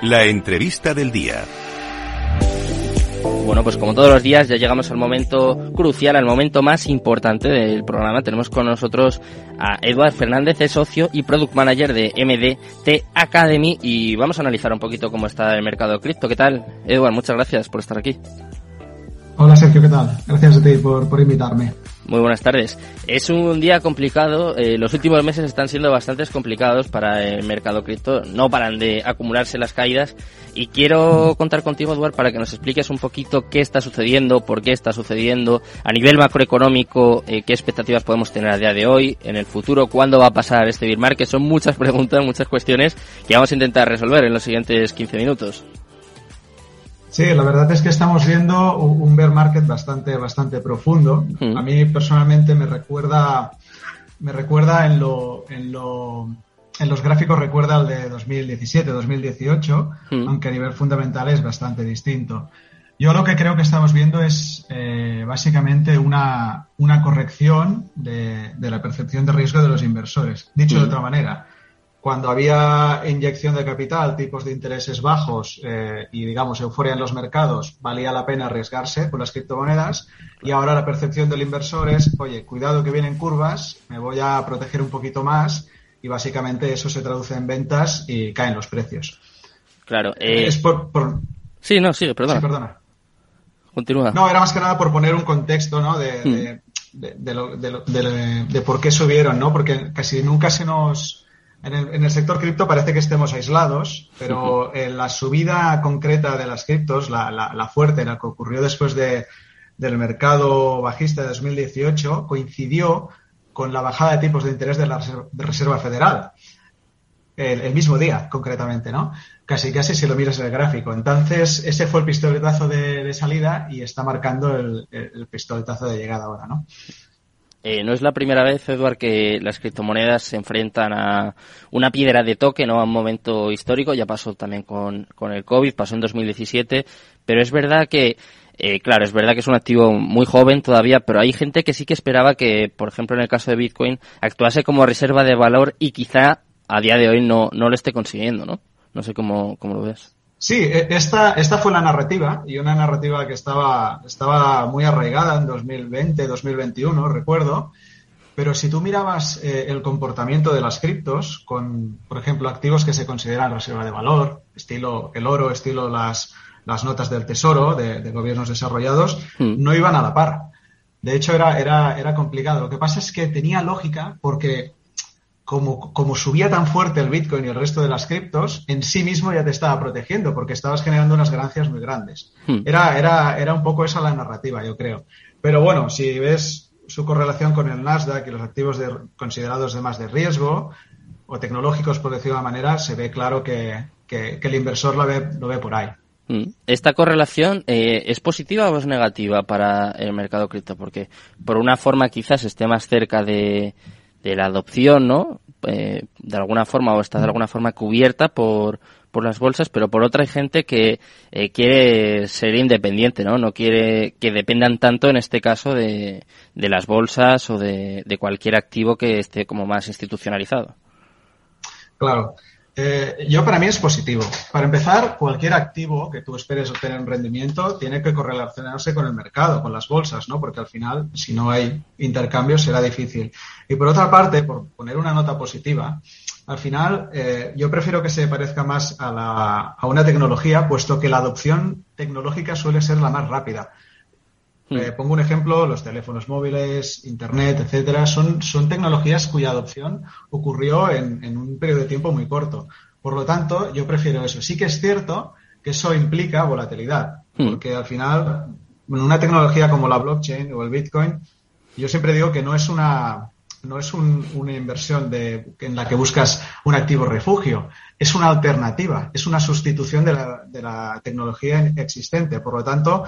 La entrevista del día. Bueno, pues como todos los días ya llegamos al momento crucial, al momento más importante del programa. Tenemos con nosotros a Eduard Fernández, es socio y Product Manager de MDT Academy, y vamos a analizar un poquito cómo está el mercado cripto. ¿Qué tal, Eduard? Muchas gracias por estar aquí. Hola Sergio, ¿qué tal? Gracias a ti por invitarme. Muy buenas tardes. Es un día complicado, los últimos meses están siendo bastante complicados para el mercado cripto, no paran de acumularse las caídas, y quiero contar contigo, Eduard, para que nos expliques un poquito qué está sucediendo, por qué está sucediendo, a nivel macroeconómico, qué expectativas podemos tener a día de hoy, en el futuro, cuándo va a pasar este bear market. Son muchas preguntas, muchas cuestiones que vamos a intentar resolver en los siguientes 15 minutos. Sí, la verdad es que estamos viendo un bear market bastante profundo. A mí personalmente me recuerda en los gráficos recuerda al de 2017, 2018, aunque a nivel fundamental es bastante distinto. Yo lo que creo que estamos viendo es básicamente una corrección de la percepción de riesgo de los inversores. Dicho de otra manera, cuando había inyección de capital, tipos de intereses bajos y, digamos, euforia en los mercados, valía la pena arriesgarse con las criptomonedas, y ahora la percepción del inversor es, oye, cuidado que vienen curvas, me voy a proteger un poquito más, y básicamente eso se traduce en ventas y caen los precios. Claro. Es Sí, no, sigue, perdona. Sí, perdona. Continúa. No, era más que nada por poner un contexto, ¿no? De por qué subieron, ¿no? Porque casi nunca se nos... En el sector cripto parece que estemos aislados, pero la subida concreta de las criptos, la fuerte, la que ocurrió después del mercado bajista de 2018, coincidió con la bajada de tipos de interés de la Reserva Federal. El mismo día, concretamente, ¿no? Casi si lo miras en el gráfico. Entonces, ese fue el pistoletazo de salida y está marcando el pistoletazo de llegada ahora, ¿no? No es la primera vez, Eduard, que las criptomonedas se enfrentan a una piedra de toque, ¿no? A un momento histórico. Ya pasó también con el COVID, pasó en 2017, pero es verdad que, claro, es verdad que es un activo muy joven todavía, pero hay gente que sí que esperaba que, por ejemplo, en el caso de Bitcoin, actuase como reserva de valor, y quizá a día de hoy no lo esté consiguiendo, ¿no? No sé cómo lo ves. Sí, esta fue la narrativa, y una narrativa que estaba muy arraigada en 2020, 2021, recuerdo. Pero si tú mirabas el comportamiento de las criptos con, por ejemplo, activos que se consideran reserva de valor, estilo el oro, estilo las notas del tesoro de gobiernos desarrollados, no iban a la par. De hecho, era complicado. Lo que pasa es que tenía lógica porque como subía tan fuerte el Bitcoin y el resto de las criptos, en sí mismo ya te estaba protegiendo porque estabas generando unas ganancias muy grandes. Era un poco esa la narrativa, yo creo. Pero bueno, si ves su correlación con el Nasdaq y los activos considerados de más de riesgo o tecnológicos, por decirlo de una manera, se ve claro que el inversor lo ve por ahí. ¿Esta correlación es positiva o es negativa para el mercado cripto? Porque por una forma quizás esté más cerca de la adopción, ¿no? De alguna forma, o está de alguna forma cubierta por las bolsas, pero por otra hay gente que quiere ser independiente, ¿no? No quiere que dependan tanto, en este caso, de las bolsas o de cualquier activo que esté como más institucionalizado. Claro. Para mí es positivo. Para empezar, cualquier activo que tú esperes obtener un rendimiento tiene que correlacionarse con el mercado, con las bolsas, ¿no? Porque al final, si no hay intercambio, será difícil. Y por otra parte, por poner una nota positiva, al final yo prefiero que se parezca más a una tecnología, puesto que la adopción tecnológica suele ser la más rápida. Pongo un ejemplo: los teléfonos móviles, internet, etcétera, son tecnologías cuya adopción ocurrió en un periodo de tiempo muy corto. Por lo tanto, yo prefiero eso. Sí que es cierto que eso implica volatilidad, porque al final, una tecnología como la blockchain o el Bitcoin, yo siempre digo que no es una inversión en la que buscas un activo refugio. Es una alternativa, es una sustitución de la tecnología existente. Por lo tanto,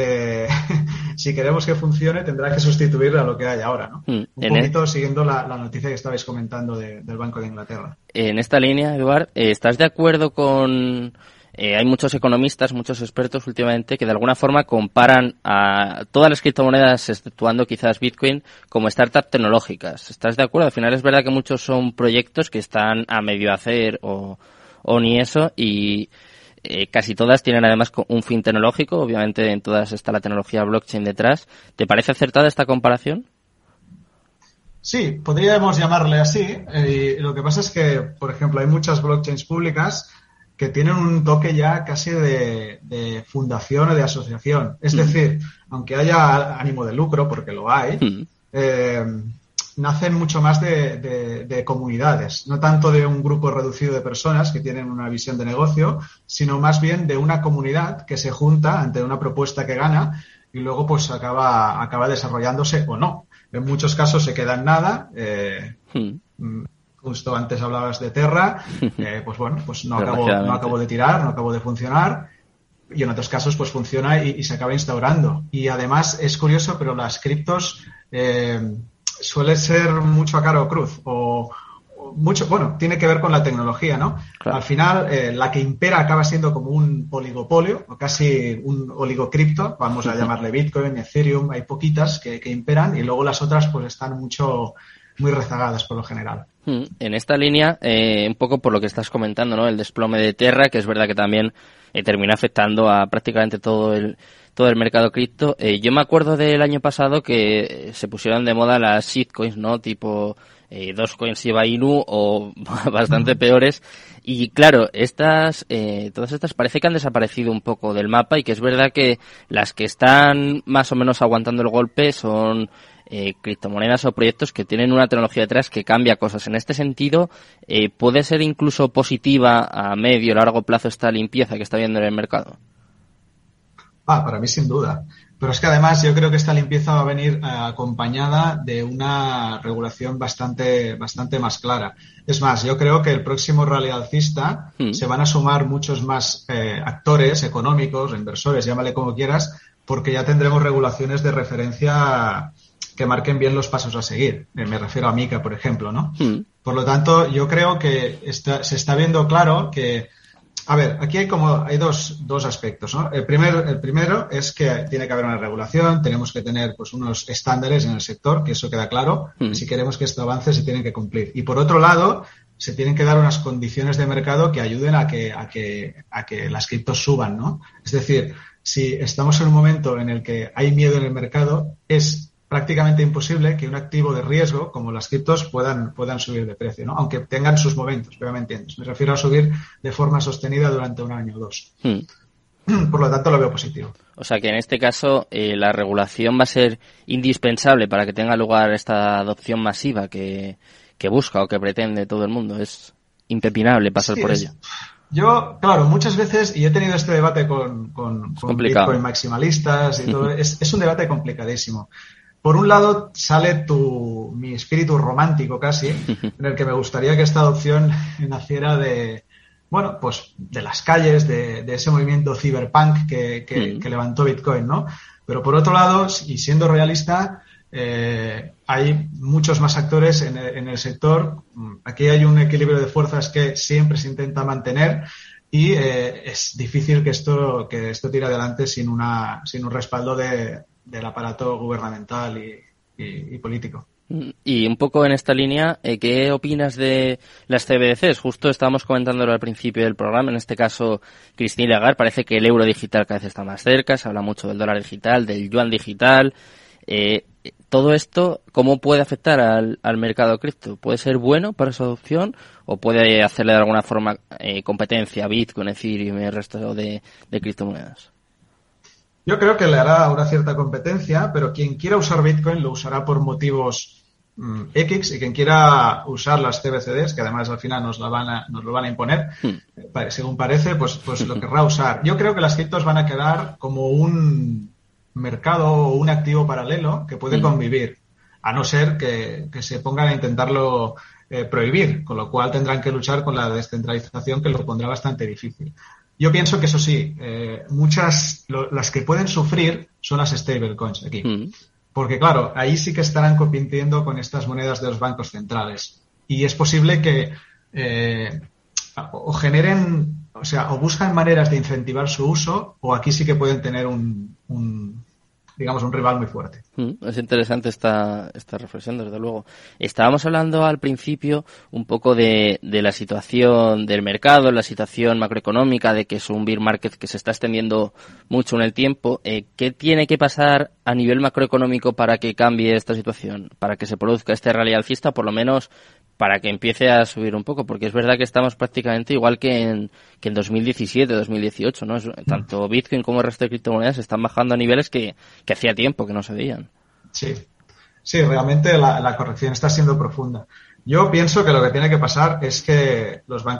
si queremos que funcione, tendrá que sustituir a lo que hay ahora, ¿no? Un poquito siguiendo la noticia que estabais comentando del Banco de Inglaterra. En esta línea, Eduard, ¿estás de acuerdo con...? Hay muchos economistas, muchos expertos últimamente que de alguna forma comparan a todas las criptomonedas, exceptuando quizás Bitcoin, como startups tecnológicas. ¿Estás de acuerdo? Al final es verdad que muchos son proyectos que están a medio hacer o ni eso, y casi todas tienen además un fin tecnológico, obviamente en todas está la tecnología blockchain detrás. ¿Te parece acertada esta comparación? Sí, podríamos llamarle así. Lo que pasa es que, por ejemplo, hay muchas blockchains públicas que tienen un toque ya casi de fundación o de asociación. Es decir, aunque haya ánimo de lucro, porque lo hay, nacen mucho más de comunidades, no tanto de un grupo reducido de personas que tienen una visión de negocio, sino más bien de una comunidad que se junta ante una propuesta que gana y luego pues acaba desarrollándose o no. En muchos casos se queda en nada. Justo antes hablabas de Terra, pues bueno, pues no acabó de tirar, no acabó de funcionar. Y en otros casos pues funciona y se acaba instaurando. Y además es curioso, pero las criptos suele ser mucho a cara o cruz o mucho, bueno, tiene que ver con la tecnología, ¿no? Claro. Al final, la que impera acaba siendo como un oligopolio o casi un oligocripto, vamos a llamarle Bitcoin, Ethereum, hay poquitas que imperan y luego las otras pues están muy rezagadas por lo general. En esta línea, un poco por lo que estás comentando, ¿no? El desplome de Terra, que es verdad que también termina afectando a prácticamente todo el mercado cripto. Yo me acuerdo del año pasado que se pusieron de moda las shitcoins, ¿no? Tipo Dogecoin, Shiba Inu o bastante peores. Y claro, todas estas parece que han desaparecido un poco del mapa y que es verdad que las que están más o menos aguantando el golpe son criptomonedas o proyectos que tienen una tecnología detrás que cambia cosas. En este sentido, ¿puede ser incluso positiva a medio o largo plazo esta limpieza que está habiendo en el mercado? Para mí sin duda. Pero es que además yo creo que esta limpieza va a venir acompañada de una regulación bastante más clara. Es más, yo creo que el próximo rally alcista se van a sumar muchos más actores económicos, inversores, llámale como quieras, porque ya tendremos regulaciones de referencia que marquen bien los pasos a seguir. Me refiero a MiCA, por ejemplo, ¿no? Por lo tanto, yo creo que se está viendo claro que, a ver, aquí hay dos aspectos, ¿no? El primero es que tiene que haber una regulación, tenemos que tener pues unos estándares en el sector, que eso queda claro. Si queremos que esto avance, se tienen que cumplir. Y por otro lado, se tienen que dar unas condiciones de mercado que ayuden a que las criptos suban, ¿no? Es decir, si estamos en un momento en el que hay miedo en el mercado, es prácticamente imposible que un activo de riesgo como las criptos puedan subir de precio, ¿no? Aunque tengan sus momentos, pero me entiendes. Me refiero a subir de forma sostenida durante un año o dos. Por lo tanto, lo veo positivo. O sea que en este caso la regulación va a ser indispensable para que tenga lugar esta adopción masiva que busca o que pretende todo el mundo. Es impepinable pasar por ello. Yo, claro, muchas veces, y he tenido este debate con Bitcoin maximalistas y todo, es un debate complicadísimo. Por un lado sale mi espíritu romántico casi, en el que me gustaría que esta adopción naciera de las calles, de ese movimiento cyberpunk que levantó Bitcoin, ¿no? Pero por otro lado, y siendo realista, hay muchos más actores en el sector. Aquí hay un equilibrio de fuerzas que siempre se intenta mantener y es difícil que esto tire adelante sin un respaldo del aparato gubernamental y político. Y un poco en esta línea, ¿qué opinas de las CBDCs? Justo estábamos comentándolo al principio del programa, en este caso Christine Lagarde, parece que el euro digital cada vez está más cerca, se habla mucho del dólar digital, del yuan digital. Todo esto, ¿cómo puede afectar al mercado cripto? ¿Puede ser bueno para su adopción o puede hacerle de alguna forma competencia a Bitcoin, Ethereum y el resto de criptomonedas? Yo creo que le hará una cierta competencia, pero quien quiera usar Bitcoin lo usará por motivos X y quien quiera usar las CBCDs, que además al final nos lo van a imponer, según parece, pues lo querrá usar. Yo creo que las criptos van a quedar como un mercado o un activo paralelo que puede convivir, a no ser que se pongan a intentarlo prohibir, con lo cual tendrán que luchar con la descentralización, que lo pondrá bastante difícil. Yo pienso que eso sí, las que pueden sufrir son las stablecoins aquí. Porque claro, ahí sí que estarán compitiendo con estas monedas de los bancos centrales. Y es posible que o generen, o buscan maneras de incentivar su uso, o aquí sí que pueden tener un digamos, un rival muy fuerte. Es interesante esta reflexión, desde luego. Estábamos hablando al principio un poco de la situación del mercado, la situación macroeconómica, de que es un bear market que se está extendiendo mucho en el tiempo. ¿Qué tiene que pasar a nivel macroeconómico para que cambie esta situación? Para que se produzca este rally alcista, por lo menos para que empiece a subir un poco, porque es verdad que estamos prácticamente igual que en 2017, 2018, ¿no? Tanto Bitcoin como el resto de criptomonedas están bajando a niveles que hacía tiempo que no se veían. Sí, realmente la corrección está siendo profunda. Yo pienso que lo que tiene que pasar es que los bancos